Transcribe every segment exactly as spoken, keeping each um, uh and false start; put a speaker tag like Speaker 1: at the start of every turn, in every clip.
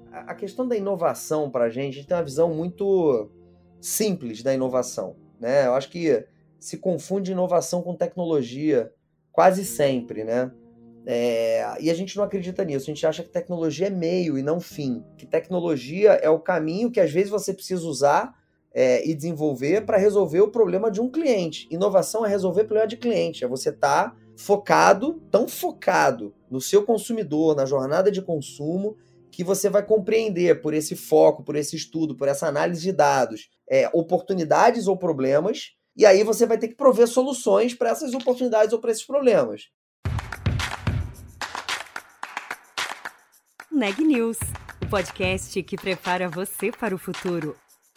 Speaker 1: A questão da inovação para a gente, a gente tem uma visão muito simples da inovação, né? Eu acho que se confunde inovação com tecnologia quase sempre, né? É, e a gente não acredita nisso, a gente acha que tecnologia é meio e não fim, que tecnologia é o caminho que às vezes você precisa usar é, e desenvolver para resolver o problema de um cliente. Inovação é resolver o problema de cliente, é você estar tá focado, tão focado no seu consumidor, na jornada de consumo, que você vai compreender por esse foco, por esse estudo, por essa análise de dados, é, oportunidades ou problemas, e aí você vai ter que prover soluções para essas oportunidades ou para esses problemas.
Speaker 2: Neg News, o podcast que prepara você para o futuro.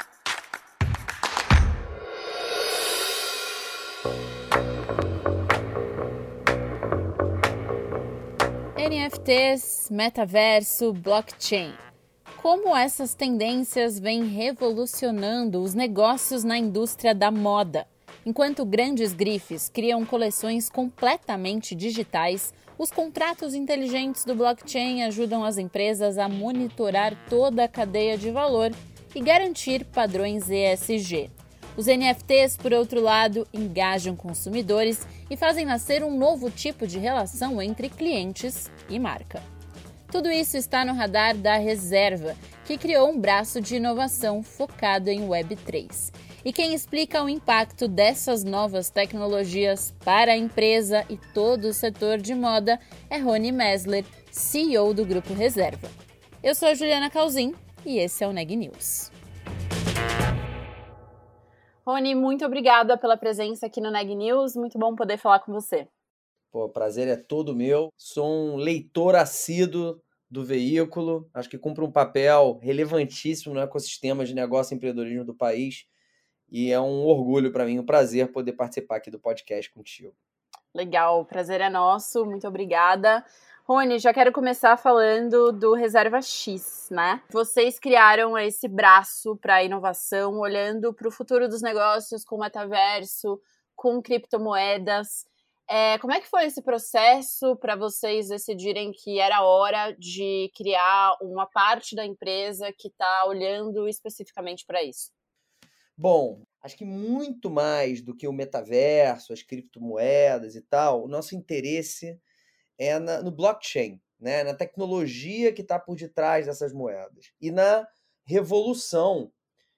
Speaker 3: N F Ts, metaverso, blockchain. Como essas tendências vêm revolucionando os negócios na indústria da moda? Enquanto grandes grifes criam coleções completamente digitais, os contratos inteligentes do blockchain ajudam as empresas a monitorar toda a cadeia de valor e garantir padrões E S G. Os N F Ts, por outro lado, engajam consumidores e fazem nascer um novo tipo de relação entre clientes e marca. Tudo isso está no radar da Reserva, que criou um braço de inovação focado em web três. E quem explica o impacto dessas novas tecnologias para a empresa e todo o setor de moda é Rony Mesler, C E O do Grupo Reserva. Eu sou a Juliana Calzin e esse é o Neg News. Rony, muito obrigada pela presença aqui no Neg News. Muito bom poder falar com você.
Speaker 1: Pô, o prazer é todo meu. Sou um leitor assíduo do veículo. Acho que cumpre um papel relevantíssimo no ecossistema de negócio e empreendedorismo do país. E é um orgulho para mim, um prazer poder participar aqui do podcast contigo.
Speaker 3: Legal, o prazer é nosso. Muito obrigada. Rony, já quero começar falando do Reserva X, né? Vocês criaram esse braço para inovação, olhando para o futuro dos negócios com metaverso, com criptomoedas. É, como é que foi esse processo para vocês decidirem que era hora de criar uma parte da empresa que está olhando especificamente para isso?
Speaker 1: Bom, acho que muito mais do que o metaverso, as criptomoedas e tal, o nosso interesse é na, no blockchain, né? Na tecnologia que está por detrás dessas moedas e na revolução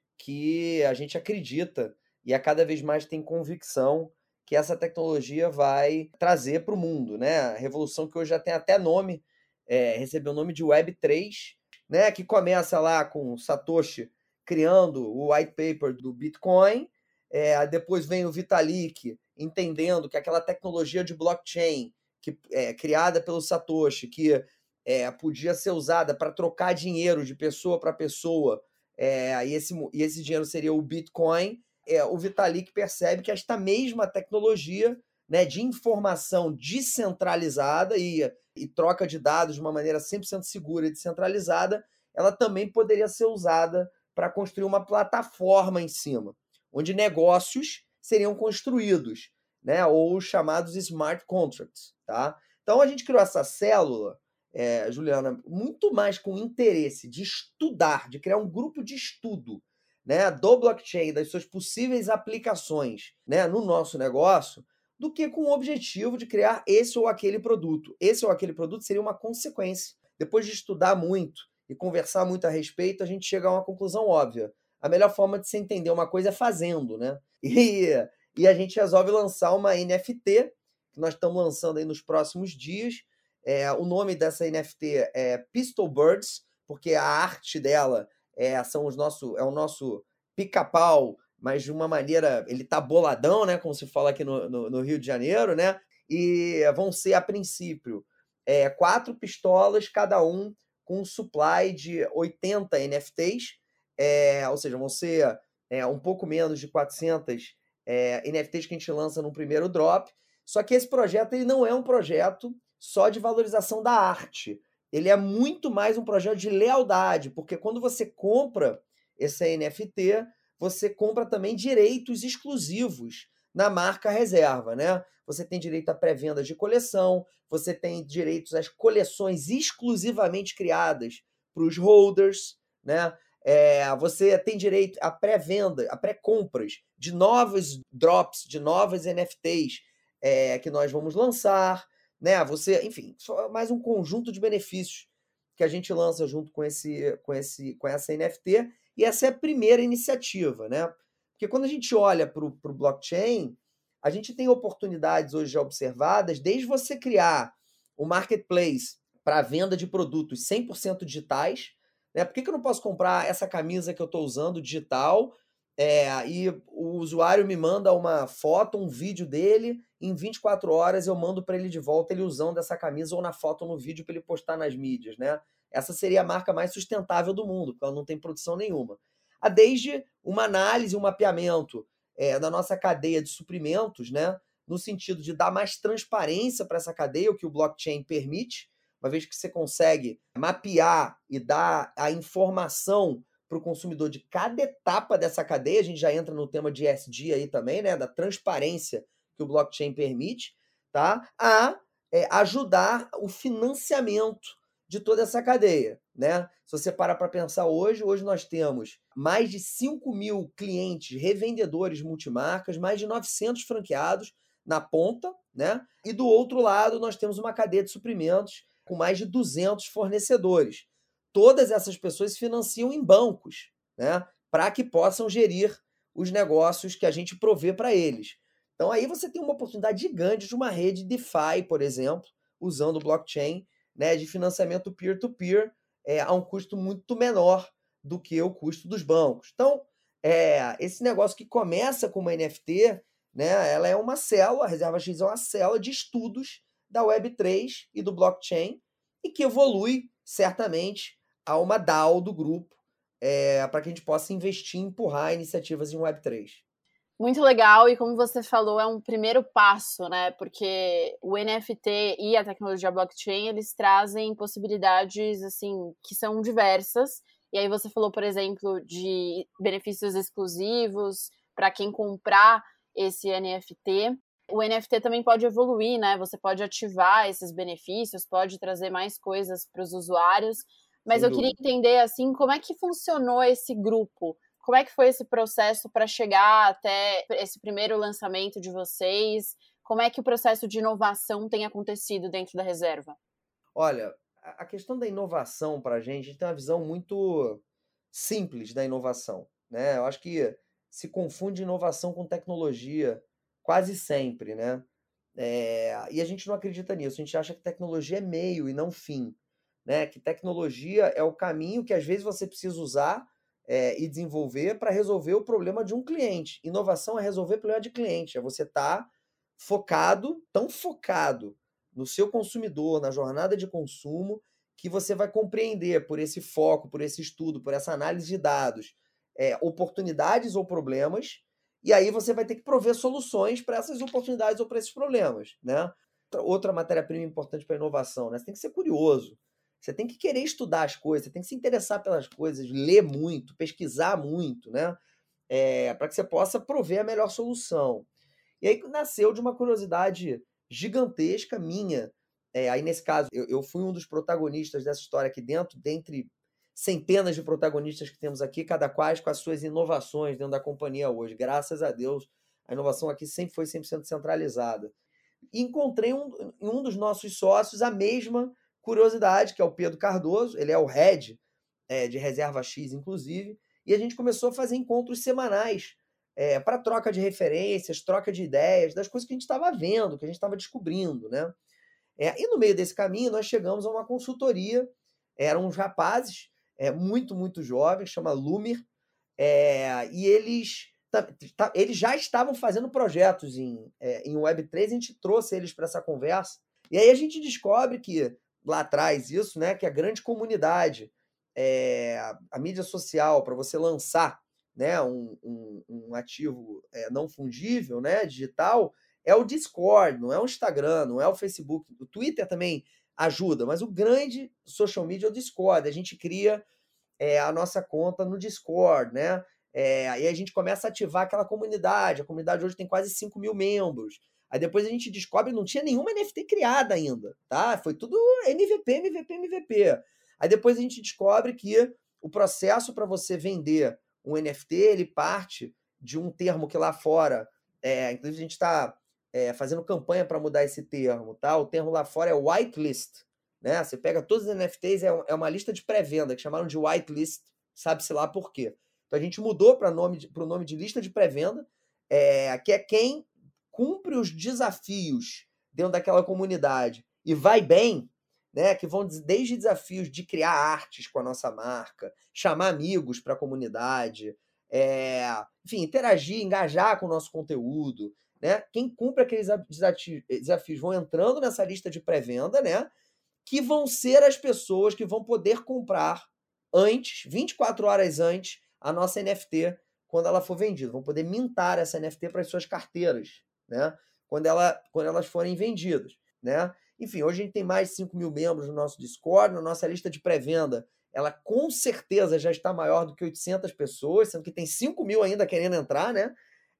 Speaker 1: que a gente acredita e a cada vez mais tem convicção que essa tecnologia vai trazer para o mundo, né? A revolução que hoje já tem até nome, é, recebeu o nome de web três, né? Que começa lá com Satoshi criando o white paper do Bitcoin, é, depois vem o Vitalik entendendo que aquela tecnologia de blockchain que é criada pelo Satoshi, que é, podia ser usada para trocar dinheiro de pessoa para pessoa, é, e, esse, e esse dinheiro seria o Bitcoin, é, o Vitalik percebe que esta mesma tecnologia, né, de informação descentralizada e, e troca de dados de uma maneira cem por cento segura e descentralizada, ela também poderia ser usada para construir uma plataforma em cima, onde negócios seriam construídos, né, ou chamados smart contracts. Tá? Então a gente criou essa célula, é, Juliana, muito mais com interesse de estudar, de criar um grupo de estudo, né, do blockchain, das suas possíveis aplicações, né, no nosso negócio, do que com o objetivo de criar esse ou aquele produto. Esse ou aquele produto seria uma consequência. Depois de estudar muito e conversar muito a respeito, a gente chega a uma conclusão óbvia. A melhor forma de se entender uma coisa é fazendo, né? E, e a gente resolve lançar uma N F T, que nós estamos lançando aí nos próximos dias. É, o nome dessa N F T é Pistol Birds, porque a arte dela é, são os nosso, é o nosso pica-pau, mas de uma maneira, ele tá boladão, né, como se fala aqui no, no, no Rio de Janeiro, né? E vão ser, a princípio, é, quatro pistolas, cada um com um supply de oitenta N F Ts, é, ou seja, vão ser é, um pouco menos de quatrocentas é, N F Ts que a gente lança no primeiro drop. Só que esse projeto ele não é um projeto só de valorização da arte. Ele é muito mais um projeto de lealdade, porque quando você compra esse N F T, você compra também direitos exclusivos na marca Reserva, né? Você tem direito a pré-venda de coleção, você tem direitos às coleções exclusivamente criadas para os holders, né? É, você tem direito à pré-venda, a pré-compras de novos drops, de novas N F Ts é, que nós vamos lançar, né? Você, enfim, mais um conjunto de benefícios que a gente lança junto com, esse, com, esse, com essa N F T, e essa é a primeira iniciativa, né? Porque quando a gente olha para o blockchain, a gente tem oportunidades hoje já observadas, desde você criar um marketplace para a venda de produtos cem por cento digitais, né? Por que, que eu não posso comprar essa camisa que eu estou usando digital é, e o usuário me manda uma foto, um vídeo dele, em vinte e quatro horas eu mando para ele de volta ele usando essa camisa ou na foto ou no vídeo para ele postar nas mídias, né? Essa seria a marca mais sustentável do mundo, porque ela não tem produção nenhuma. A desde uma análise, um mapeamento é, da nossa cadeia de suprimentos, né? No sentido de dar mais transparência para essa cadeia, o que o blockchain permite, uma vez que você consegue mapear e dar a informação para o consumidor de cada etapa dessa cadeia. A gente já entra no tema de E S G aí também, né? Da transparência que o blockchain permite, tá? A é, ajudar o financiamento de toda essa cadeia, né? Se você parar para pensar hoje, hoje nós temos mais de cinco mil clientes revendedores multimarcas, mais de novecentos franqueados na ponta, né? E do outro lado nós temos uma cadeia de suprimentos com mais de duzentos fornecedores. Todas essas pessoas se financiam em bancos, né? Para que possam gerir os negócios que a gente provê para eles. Então aí você tem uma oportunidade gigante de uma rede DeFi, por exemplo, usando o blockchain, né, de financiamento peer-to-peer é, a um custo muito menor do que o custo dos bancos. Então, é, esse negócio que começa com uma N F T, né, ela é uma célula, a Reserva X é uma célula de estudos da web três e do blockchain e que evolui certamente a uma DAO do grupo é, para que a gente possa investir e empurrar iniciativas em web três.
Speaker 3: Muito legal, e como você falou, é um primeiro passo, né? Porque o N F T e a tecnologia blockchain, eles trazem possibilidades, assim, que são diversas. E aí você falou, por exemplo, de benefícios exclusivos para quem comprar esse N F T. O N F T também pode evoluir, né? Você pode ativar esses benefícios, pode trazer mais coisas para os usuários. Mas Sem eu dúvida. Queria entender, assim, como é que funcionou esse grupo? Como é que foi esse processo para chegar até esse primeiro lançamento de vocês? Como é que o processo de inovação tem acontecido dentro da reserva?
Speaker 1: Olha, a questão da inovação para a gente, a gente tem uma visão muito simples da inovação, né? Eu acho que se confunde inovação com tecnologia quase sempre, né? É, e a gente não acredita nisso, a gente acha que tecnologia é meio e não fim, né? Que tecnologia é o caminho que às vezes você precisa usar É, e desenvolver para resolver o problema de um cliente. Inovação é resolver problema de cliente, é você estar tá focado, tão focado no seu consumidor, na jornada de consumo, que você vai compreender por esse foco, por esse estudo, por essa análise de dados, é, oportunidades ou problemas, e aí você vai ter que prover soluções para essas oportunidades ou para esses problemas, né? Outra matéria-prima importante para a inovação, né? Você tem que ser curioso. Você tem que querer estudar as coisas, você tem que se interessar pelas coisas, ler muito, pesquisar muito, né? É, para que você possa prover a melhor solução. E aí nasceu de uma curiosidade gigantesca minha. É, aí, nesse caso, eu, eu fui um dos protagonistas dessa história aqui dentro, dentre centenas de protagonistas que temos aqui, cada qual com as suas inovações dentro da companhia hoje. Graças a Deus, a inovação aqui sempre foi cem por cento centralizada. E encontrei um, em um dos nossos sócios a mesma curiosidade, que é o Pedro Cardoso, ele é o head é, de Reserva X, inclusive, e a gente começou a fazer encontros semanais é, para troca de referências, troca de ideias, das coisas que a gente estava vendo, que a gente estava descobrindo, né? É, e no meio desse caminho, nós chegamos a uma consultoria, eram uns rapazes é, muito, muito jovens, chama Lumer, é, e eles, tá, tá, eles já estavam fazendo projetos em, é, em web três, a gente trouxe eles para essa conversa, e aí a gente descobre que lá atrás isso, né, que a grande comunidade, é, a mídia social para você lançar, né, um, um, um ativo é, não fungível, né, digital, é o Discord, não é o Instagram, não é o Facebook. O Twitter também ajuda, mas o grande social media é o Discord. A gente cria é, a nossa conta no Discord, né? É, aí a gente começa a ativar aquela comunidade. A comunidade hoje tem quase cinco mil membros. Aí depois a gente descobre que não tinha nenhuma N F T criada ainda, tá? Foi tudo M V P, M V P, M V P. Aí depois a gente descobre que o processo para você vender um N F T, ele parte de um termo que lá fora, é, inclusive a gente está é, fazendo campanha para mudar esse termo, tá? O termo lá fora é whitelist, né? Você pega todos os N F Ts, é, um, é uma lista de pré-venda, que chamaram de whitelist, sabe-se lá por quê. Então a gente mudou para nome o nome de lista de pré-venda, é, que é quem cumpre os desafios dentro daquela comunidade e vai bem, né? Que vão desde desafios de criar artes com a nossa marca, chamar amigos para a comunidade, é, enfim, interagir, engajar com o nosso conteúdo, né? Quem cumpre aqueles desafios vão entrando nessa lista de pré-venda, né? Que vão ser as pessoas que vão poder comprar antes, vinte e quatro horas antes, a nossa N F T quando ela for vendida. Vão poder mintar essa N F T para as suas carteiras, né? Quando, ela, quando elas forem vendidas, né? Enfim, hoje a gente tem mais de cinco mil membros no nosso Discord, na nossa lista de pré-venda, ela com certeza já está maior do que oitocentas pessoas, sendo que tem cinco mil ainda querendo entrar, né?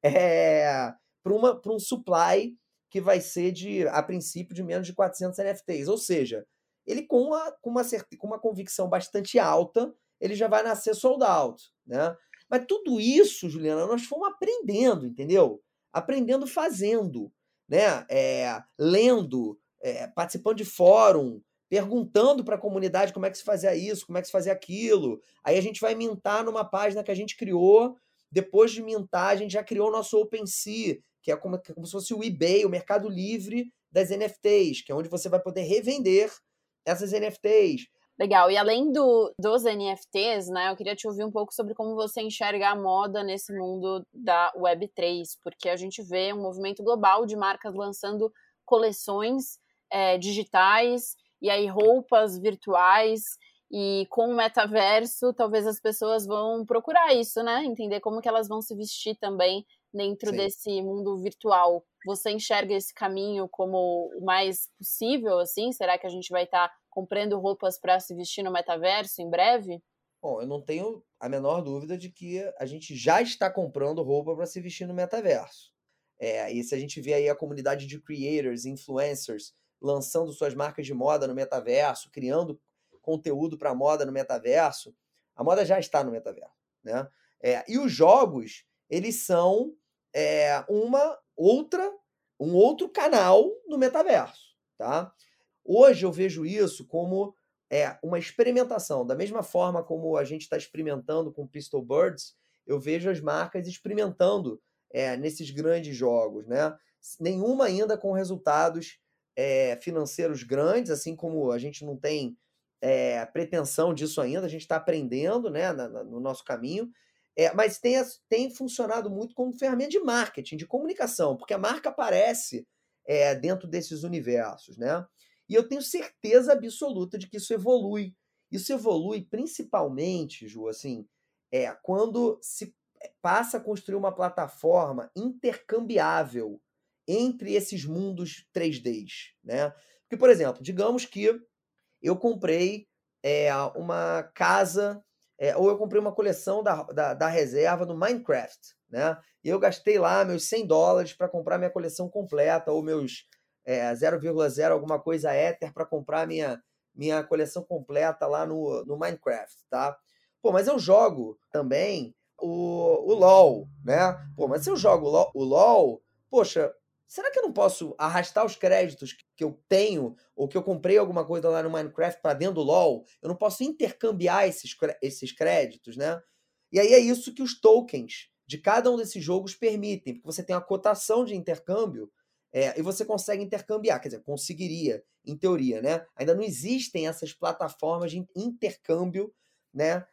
Speaker 1: É, para um supply que vai ser, de, a princípio, de menos de quatrocentos N F Ts. Ou seja, ele com uma, com uma, com uma convicção bastante alta, ele já vai nascer sold out, né? Mas tudo isso, Juliana, nós fomos aprendendo, entendeu? Aprendendo fazendo, né? É, lendo, é, participando de fórum, perguntando para a comunidade como é que se fazia isso, como é que se fazia aquilo. Aí a gente vai mintar numa página que a gente criou. Depois de mintar, a gente já criou o nosso OpenSea, que é como, como se fosse o eBay, o Mercado Livre das N F Ts, que é onde você vai poder revender essas N F Ts.
Speaker 3: Legal. E além do, dos N F Ts, né, eu queria te ouvir um pouco sobre como você enxerga a moda nesse mundo da web três, porque a gente vê um movimento global de marcas lançando coleções é, digitais, e aí roupas virtuais, e com o metaverso, talvez as pessoas vão procurar isso, né? Entender como que elas vão se vestir também dentro Sim. desse mundo virtual. Você enxerga esse caminho como o mais possível, assim? Será que a gente vai estar tá comprando roupas para se vestir no metaverso em breve?
Speaker 1: Bom, eu não tenho a menor dúvida de que a gente já está comprando roupa para se vestir no metaverso. É, e se a gente vê aí a comunidade de creators, influencers, lançando suas marcas de moda no metaverso, criando conteúdo para moda no metaverso, a moda já está no metaverso, né? É, e os jogos, eles são é, uma outra, um outro canal no metaverso, tá? Hoje eu vejo isso como é, uma experimentação. Da mesma forma como a gente está experimentando com Pistol Birds, eu vejo as marcas experimentando é, nesses grandes jogos, né? Nenhuma ainda com resultados é, financeiros grandes, assim como a gente não tem é, pretensão disso ainda, a gente está aprendendo, né, na, na, no nosso caminho, é, mas tem, tem funcionado muito como ferramenta de marketing, de comunicação, porque a marca aparece é, dentro desses universos, né? E eu tenho certeza absoluta de que isso evolui. Isso evolui principalmente, Ju, assim, é, quando se passa a construir uma plataforma intercambiável entre esses mundos três Ds, né? Porque, por exemplo, digamos que eu comprei é, uma casa, é, ou eu comprei uma coleção da, da, da reserva do Minecraft, né? E eu gastei lá meus cem dólares para comprar minha coleção completa, ou meus é, zero vírgula zero alguma coisa Ether para comprar minha, minha coleção completa lá no, no Minecraft, tá? Pô, mas eu jogo também o, o LoL, né? Pô, mas se eu jogo o LoL, o LoL, poxa, será que eu não posso arrastar os créditos que eu tenho, ou que eu comprei alguma coisa lá no Minecraft para dentro do LoL? Eu não posso intercambiar esses, esses créditos, né? E aí é isso que os tokens de cada um desses jogos permitem, porque você tem uma cotação de intercâmbio é, e você consegue intercambiar, quer dizer, conseguiria, em teoria, né? Ainda não existem essas plataformas de intercâmbio, né,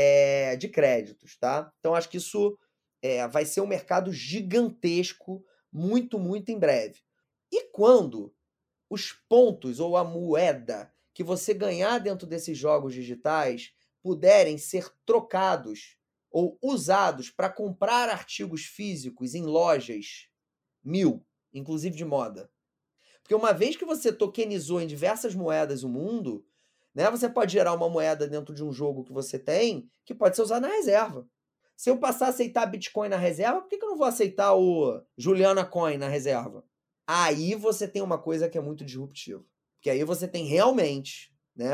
Speaker 1: é, de créditos, tá? Então, acho que isso é, vai ser um mercado gigantesco, muito, muito em breve. E quando os pontos ou a moeda que você ganhar dentro desses jogos digitais puderem ser trocados ou usados para comprar artigos físicos em lojas mil, inclusive de moda. Porque uma vez que você tokenizou em diversas moedas o mundo, né, você pode gerar uma moeda dentro de um jogo que você tem que pode ser usada na reserva. Se eu passar a aceitar Bitcoin na reserva, por que eu não vou aceitar o Juliana Coin na reserva? Aí você tem uma coisa que é muito disruptiva. Porque aí você tem realmente, né,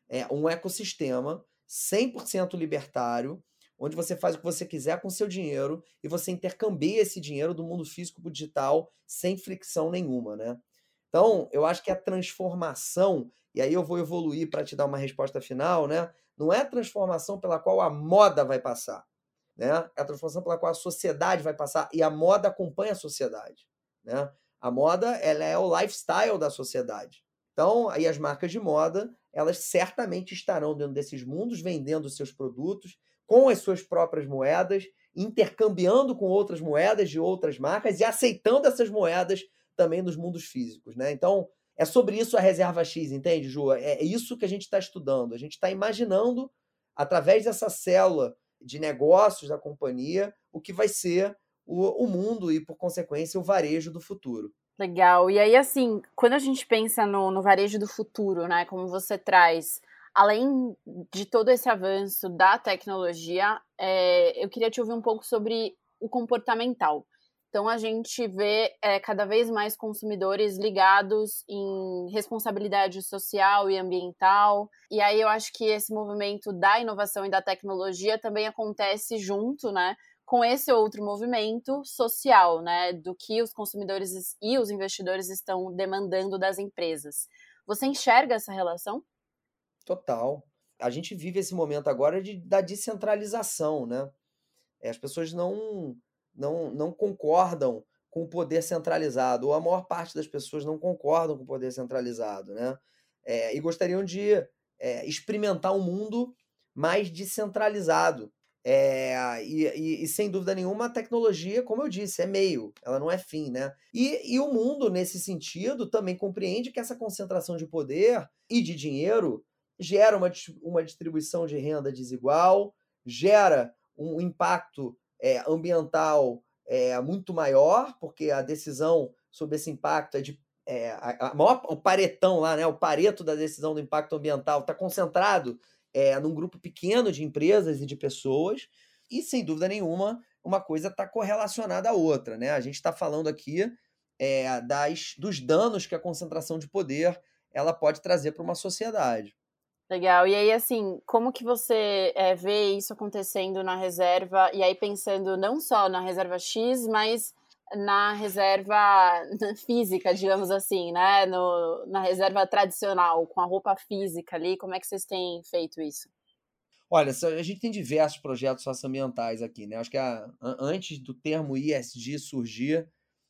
Speaker 1: é um ecossistema cem por cento libertário, onde você faz o que você quiser com o seu dinheiro e você intercambia esse dinheiro do mundo físico para o digital sem fricção nenhuma, né? Então, eu acho que a transformação, e aí eu vou evoluir para te dar uma resposta final, né? Não é a transformação pela qual a moda vai passar, né? É a transformação pela qual a sociedade vai passar, e a moda acompanha a sociedade, né? A moda, ela é o lifestyle da sociedade. Então, aí as marcas de moda, elas certamente estarão dentro desses mundos, vendendo seus produtos com as suas próprias moedas, intercambiando com outras moedas de outras marcas e aceitando essas moedas também nos mundos físicos, né? Então, é sobre isso a Reserva X, entende, Ju? É isso que a gente está estudando. A gente está imaginando, através dessa célula de negócios da companhia, o que vai ser o, o mundo e, por consequência, o varejo do futuro.
Speaker 3: Legal. E aí, assim, quando a gente pensa no, no varejo do futuro, né, como você traz, além de todo esse avanço da tecnologia, é, eu queria te ouvir um pouco sobre o comportamental. Então, a gente vê é, cada vez mais consumidores ligados em responsabilidade social e ambiental. E aí eu acho que esse movimento da inovação e da tecnologia também acontece junto, né, com esse outro movimento social, né, do que os consumidores e os investidores estão demandando das empresas. Você enxerga essa relação?
Speaker 1: Total. A gente vive esse momento agora de, da descentralização, né? As pessoas não, não, não concordam com o poder centralizado, ou a maior parte das pessoas não concordam com o poder centralizado, né? É, e gostariam de é, experimentar um mundo mais descentralizado. É, e, e, e, sem dúvida nenhuma, a tecnologia, como eu disse, é meio, ela não é fim, né? E, e o mundo, nesse sentido, também compreende que essa concentração de poder e de dinheiro gera uma, uma distribuição de renda desigual, gera um impacto é, ambiental é, muito maior, porque a decisão sobre esse impacto é de. É, a, a maior, o paretão lá, né, o pareto da decisão do impacto ambiental está concentrado é, num grupo pequeno de empresas e de pessoas, e sem dúvida nenhuma, uma coisa está correlacionada à outra, né? A gente está falando aqui é, das, dos danos que a concentração de poder ela pode trazer para uma sociedade.
Speaker 3: Legal. E aí, assim, como que você é, vê isso acontecendo na reserva? E aí, pensando não só na reserva X, mas na reserva física, digamos assim, né? No, na reserva tradicional, com a roupa física ali. Como é que vocês têm feito isso?
Speaker 1: Olha, a gente tem diversos projetos socioambientais aqui, né? Acho que a, antes do termo E S G surgir,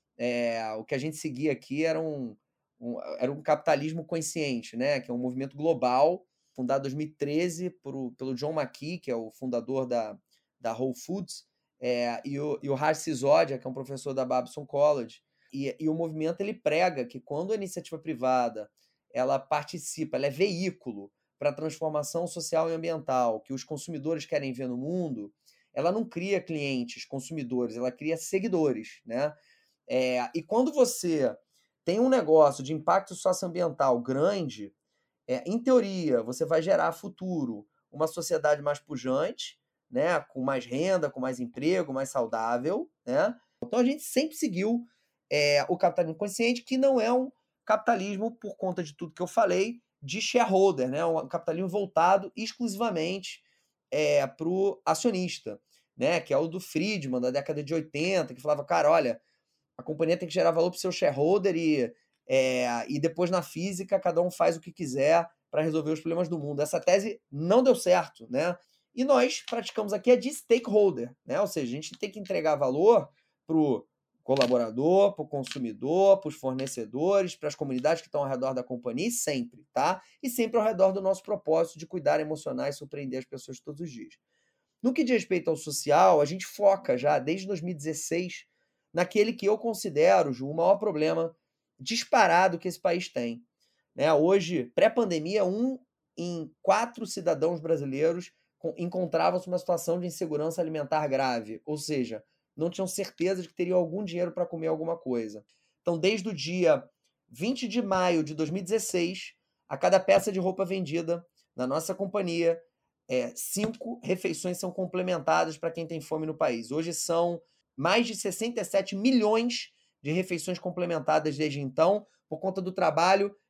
Speaker 1: é, o que a gente seguia aqui era um, um, era um capitalismo consciente, né? Que é um movimento global fundado em dois mil e treze por, pelo John McKee, que é o fundador da, da Whole Foods, é, e, o, e o Harsh Sisodia, que é um professor da Babson College. E, e o movimento ele prega que quando a iniciativa privada ela participa, ela é veículo para a transformação social e ambiental que os consumidores querem ver no mundo, ela não cria clientes, consumidores, ela cria seguidores, né? É, e quando você tem um negócio de impacto socioambiental grande, é, em teoria, você vai gerar futuro uma sociedade mais pujante, né, com mais renda, com mais emprego, mais saudável, né? Então a gente sempre seguiu é, o capitalismo consciente, que não é um capitalismo, por conta de tudo que eu falei, de shareholder, né? Um capitalismo voltado exclusivamente é, para o acionista, né? Que é o do Friedman, da década de oitenta, que falava, cara, olha, a companhia tem que gerar valor para o seu shareholder e, é, e depois na física cada um faz o que quiser para resolver os problemas do mundo. Essa tese não deu certo, né? E nós praticamos aqui a de stakeholder, né? Ou seja, a gente tem que entregar valor para o colaborador, para o consumidor, para os fornecedores, para as comunidades que estão ao redor da companhia, e sempre, tá? E sempre ao redor do nosso propósito de cuidar, emocionar e surpreender as pessoas todos os dias. No que diz respeito ao social, a gente foca já desde dois mil e dezesseis naquele que eu considero, Ju, o maior problema disparado que esse país tem. Né? Hoje, pré-pandemia, um em quatro cidadãos brasileiros encontravam-se numa situação de insegurança alimentar grave, ou seja, não tinham certeza de que teriam algum dinheiro para comer alguma coisa. Então, desde o dia vinte de maio de dois mil e dezesseis, a cada peça de roupa vendida na nossa companhia, é, cinco refeições são complementadas para quem tem fome no país. Hoje são mais de sessenta e sete milhões de refeições complementadas desde então, por conta do trabalho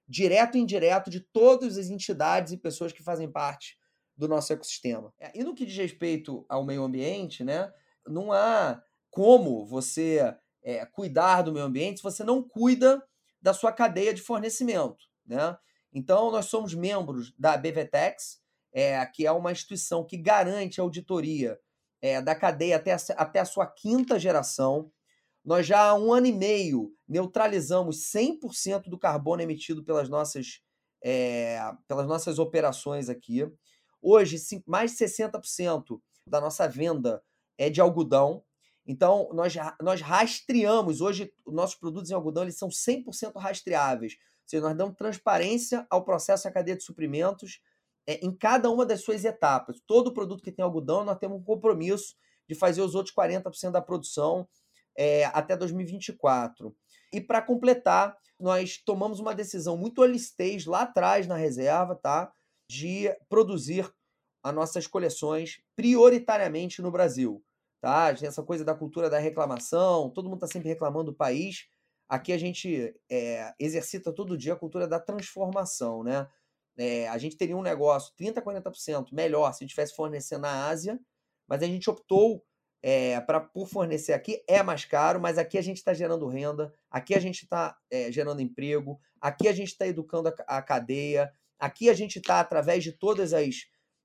Speaker 1: direto e indireto, de todas as entidades e pessoas que fazem parte do nosso ecossistema. E no que diz respeito ao meio ambiente, né, não há como você é, cuidar do meio ambiente se você não cuida da sua cadeia de fornecimento, né? Então, nós somos membros da B V Tex, é, que é uma instituição que garante a auditoria é, da cadeia até a, até a sua quinta geração. Nós já há um ano e meio neutralizamos cem por cento do carbono emitido pelas nossas, é, pelas nossas operações aqui. Hoje, mais de sessenta por cento da nossa venda é de algodão. Então, nós, nós rastreamos. Hoje, os nossos produtos em algodão eles são cem por cento rastreáveis. Ou seja, nós damos transparência ao processo da cadeia de suprimentos é, em cada uma das suas etapas. Todo produto que tem algodão, nós temos um compromisso de fazer os outros quarenta por cento da produção é, até dois mil e vinte e quatro. E, para completar, nós tomamos uma decisão muito early stage lá atrás na reserva, tá? De produzir as nossas coleções prioritariamente no Brasil. Tá? Essa coisa da cultura da reclamação, todo mundo está sempre reclamando do país. Aqui a gente é, exercita todo dia a cultura da transformação, né? É, a gente teria um negócio trinta, quarenta por cento melhor se a gente estivesse fornecendo na Ásia, mas a gente optou é, para por fornecer aqui, é mais caro, mas aqui a gente está gerando renda, aqui a gente está é, gerando emprego, aqui a gente está educando a, a cadeia, aqui a gente está, através de todas as,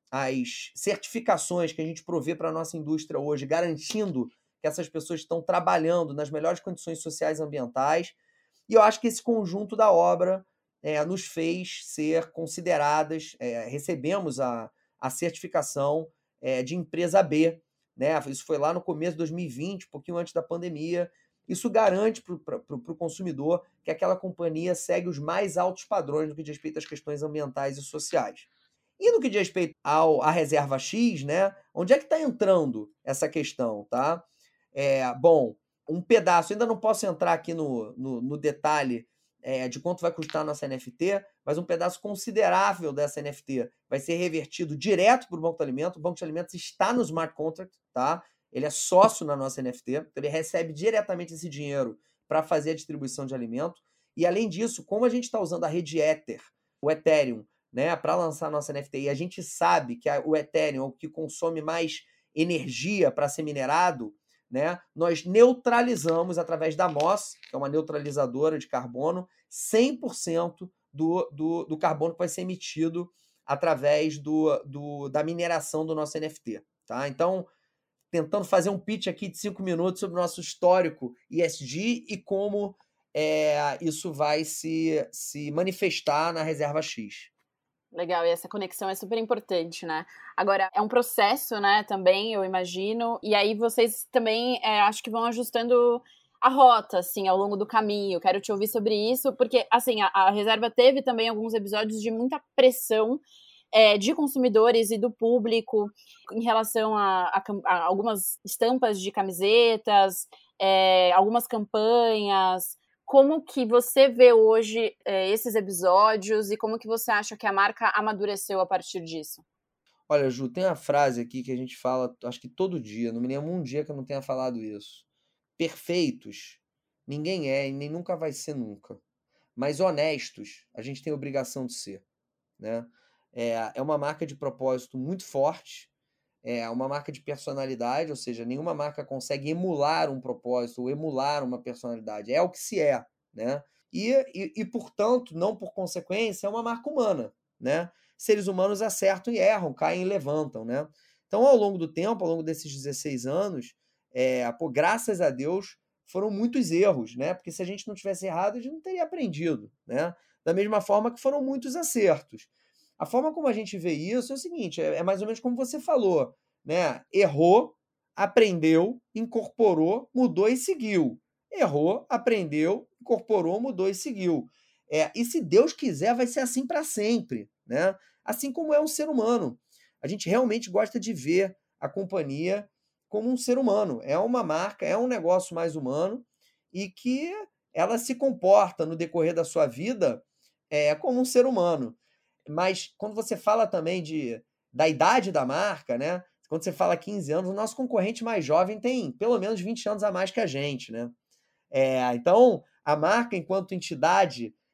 Speaker 1: as certificações que a gente provê para a nossa indústria hoje, garantindo que essas pessoas estão trabalhando nas melhores condições sociais e ambientais. E eu acho que esse conjunto da obra é, nos fez ser consideradas, é, recebemos a, a certificação é, de empresa B, né? Isso foi lá no começo de dois mil e vinte, um pouquinho antes da pandemia. Isso garante para o consumidor que aquela companhia segue os mais altos padrões no que diz respeito às questões ambientais e sociais. E no que diz respeito ao, à reserva X, né? Onde é que está entrando essa questão, tá? É, bom, um pedaço, ainda não posso entrar aqui no, no, no detalhe é, de quanto vai custar a nossa N F T, mas um pedaço considerável dessa N F T vai ser revertido direto para o Banco de Alimentos. O Banco de Alimentos está no Smart Contract, tá? Ele é sócio na nossa N F T, então ele recebe diretamente esse dinheiro para fazer a distribuição de alimento. E, além disso, como a gente está usando a rede Ether, o Ethereum, né, para lançar a nossa N F T, e a gente sabe que a, o Ethereum é o que consome mais energia para ser minerado, né, nós neutralizamos, através da M O S, que é uma neutralizadora de carbono, cem por cento do, do, do carbono que vai ser emitido através do, do, da mineração do nosso N F T. Tá? Então, tentando fazer um pitch aqui de cinco minutos sobre o nosso histórico E S G e como é, isso vai se, se manifestar na reserva X.
Speaker 3: Legal, e essa conexão é super importante, né? Agora, é um processo, né, também, eu imagino, e aí vocês também, é, acho que vão ajustando a rota, assim, ao longo do caminho. Quero te ouvir sobre isso, porque, assim, a, a reserva teve também alguns episódios de muita pressão é, de consumidores e do público em relação a, a, a algumas estampas de camisetas, é, algumas campanhas. Como que você vê hoje é, esses episódios e como que você acha que a marca amadureceu a partir disso?
Speaker 1: Olha, Ju, tem uma frase aqui que a gente fala, acho que todo dia, não me lembro um dia que eu não tenha falado isso. Perfeitos, ninguém é e nem nunca vai ser nunca. Mas honestos, a gente tem a obrigação de ser, né? É, é uma marca de propósito muito forte, é uma marca de personalidade, ou seja, nenhuma marca consegue emular um propósito ou emular uma personalidade. É o que se é, né? E, e, e, portanto, não por consequência, é uma marca humana, né? Seres humanos acertam e erram, caem e levantam, né? Então, ao longo do tempo, ao longo desses dezesseis anos, é, pô, graças a Deus, foram muitos erros, né? Porque se a gente não tivesse errado, a gente não teria aprendido, né? Da mesma forma que foram muitos acertos. A forma como a gente vê isso é o seguinte, é, é mais ou menos como você falou, né? Errou, aprendeu, incorporou, mudou e seguiu. Errou, aprendeu, incorporou, mudou e seguiu. É, e se Deus quiser, vai ser assim para sempre, né? Assim como é um ser humano. A gente realmente gosta de ver a companhia como um ser humano. É uma marca, é um negócio mais humano e que ela se comporta no decorrer da sua vida é, como um ser humano. Mas quando você fala também de, da idade da marca, né? Quando você fala quinze anos, o nosso concorrente mais jovem tem pelo menos vinte anos a mais que a gente, né? É, então, a marca, enquanto entidade,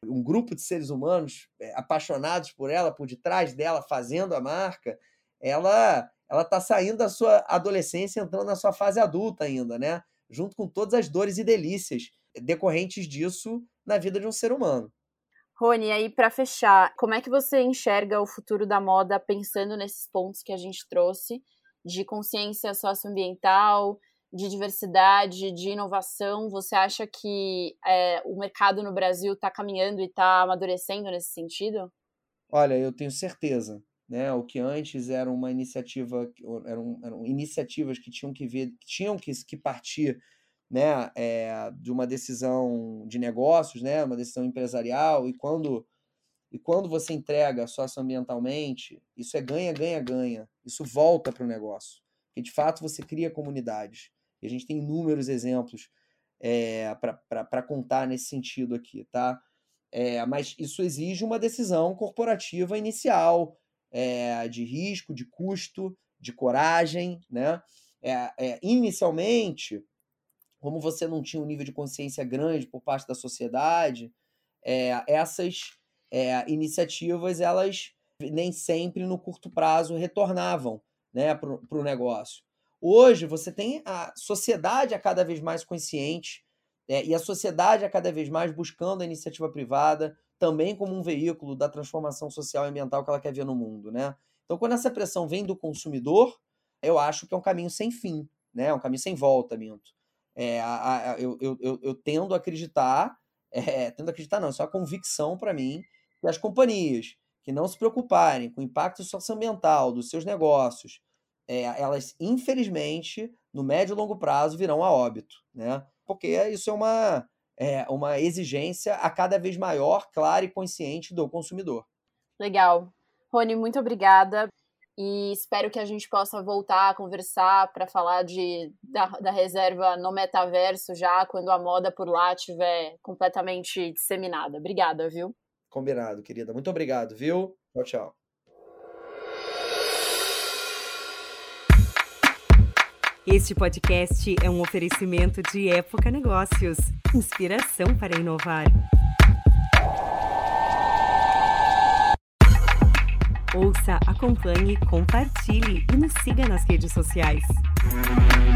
Speaker 1: um grupo de seres humanos é, apaixonados por ela, por detrás dela, fazendo a marca, ela ela está saindo da sua adolescência, entrando na sua fase adulta ainda, né? Junto com todas as dores e delícias decorrentes disso na vida de um ser humano.
Speaker 3: Rony, e aí para fechar, como é que você enxerga o futuro da moda pensando nesses pontos que a gente trouxe, de consciência socioambiental, de diversidade, de inovação? Você acha que é, o mercado no Brasil está caminhando e está amadurecendo nesse sentido?
Speaker 1: Olha, eu tenho certeza. Né, o que antes era uma iniciativa, eram, eram iniciativas que tinham que ver, tinham que, que partir, né, é, de uma decisão de negócios, né, uma decisão empresarial, e quando, e quando você entrega socioambientalmente, isso é ganha, ganha, ganha, isso volta para o negócio, porque de fato você cria comunidades, e a gente tem inúmeros exemplos é, para contar nesse sentido aqui, tá? É, mas isso exige uma decisão corporativa inicial, É, de risco, de custo, de coragem, né? É, é, inicialmente, como você não tinha um nível de consciência grande por parte da sociedade, é, essas é, iniciativas, elas nem sempre no curto prazo retornavam, né, para o negócio. Hoje, você tem a sociedade a cada vez mais consciente, é, e a sociedade a cada vez mais buscando a iniciativa privada, também como um veículo da transformação social e ambiental que ela quer ver no mundo, né? Então, quando essa pressão vem do consumidor, eu acho que é um caminho sem fim, né? É um caminho sem volta, minto. É, a, a, eu, eu, eu, eu tendo a acreditar, é, tendo a acreditar não, isso é uma convicção para mim, que as companhias que não se preocuparem com o impacto socioambiental dos seus negócios, é, elas, infelizmente, no médio e longo prazo, virão a óbito, né? Porque isso é uma... É uma exigência a cada vez maior, clara e consciente do consumidor.
Speaker 3: Legal. Rony, muito obrigada e espero que a gente possa voltar a conversar para falar de, da, da reserva no metaverso já quando a moda por lá estiver completamente disseminada. Obrigada, viu?
Speaker 1: Combinado, querida. Muito obrigado, viu? Tchau, tchau.
Speaker 2: Este podcast é um oferecimento de Época Negócios. Inspiração para inovar. Ouça, acompanhe, compartilhe e nos siga nas redes sociais.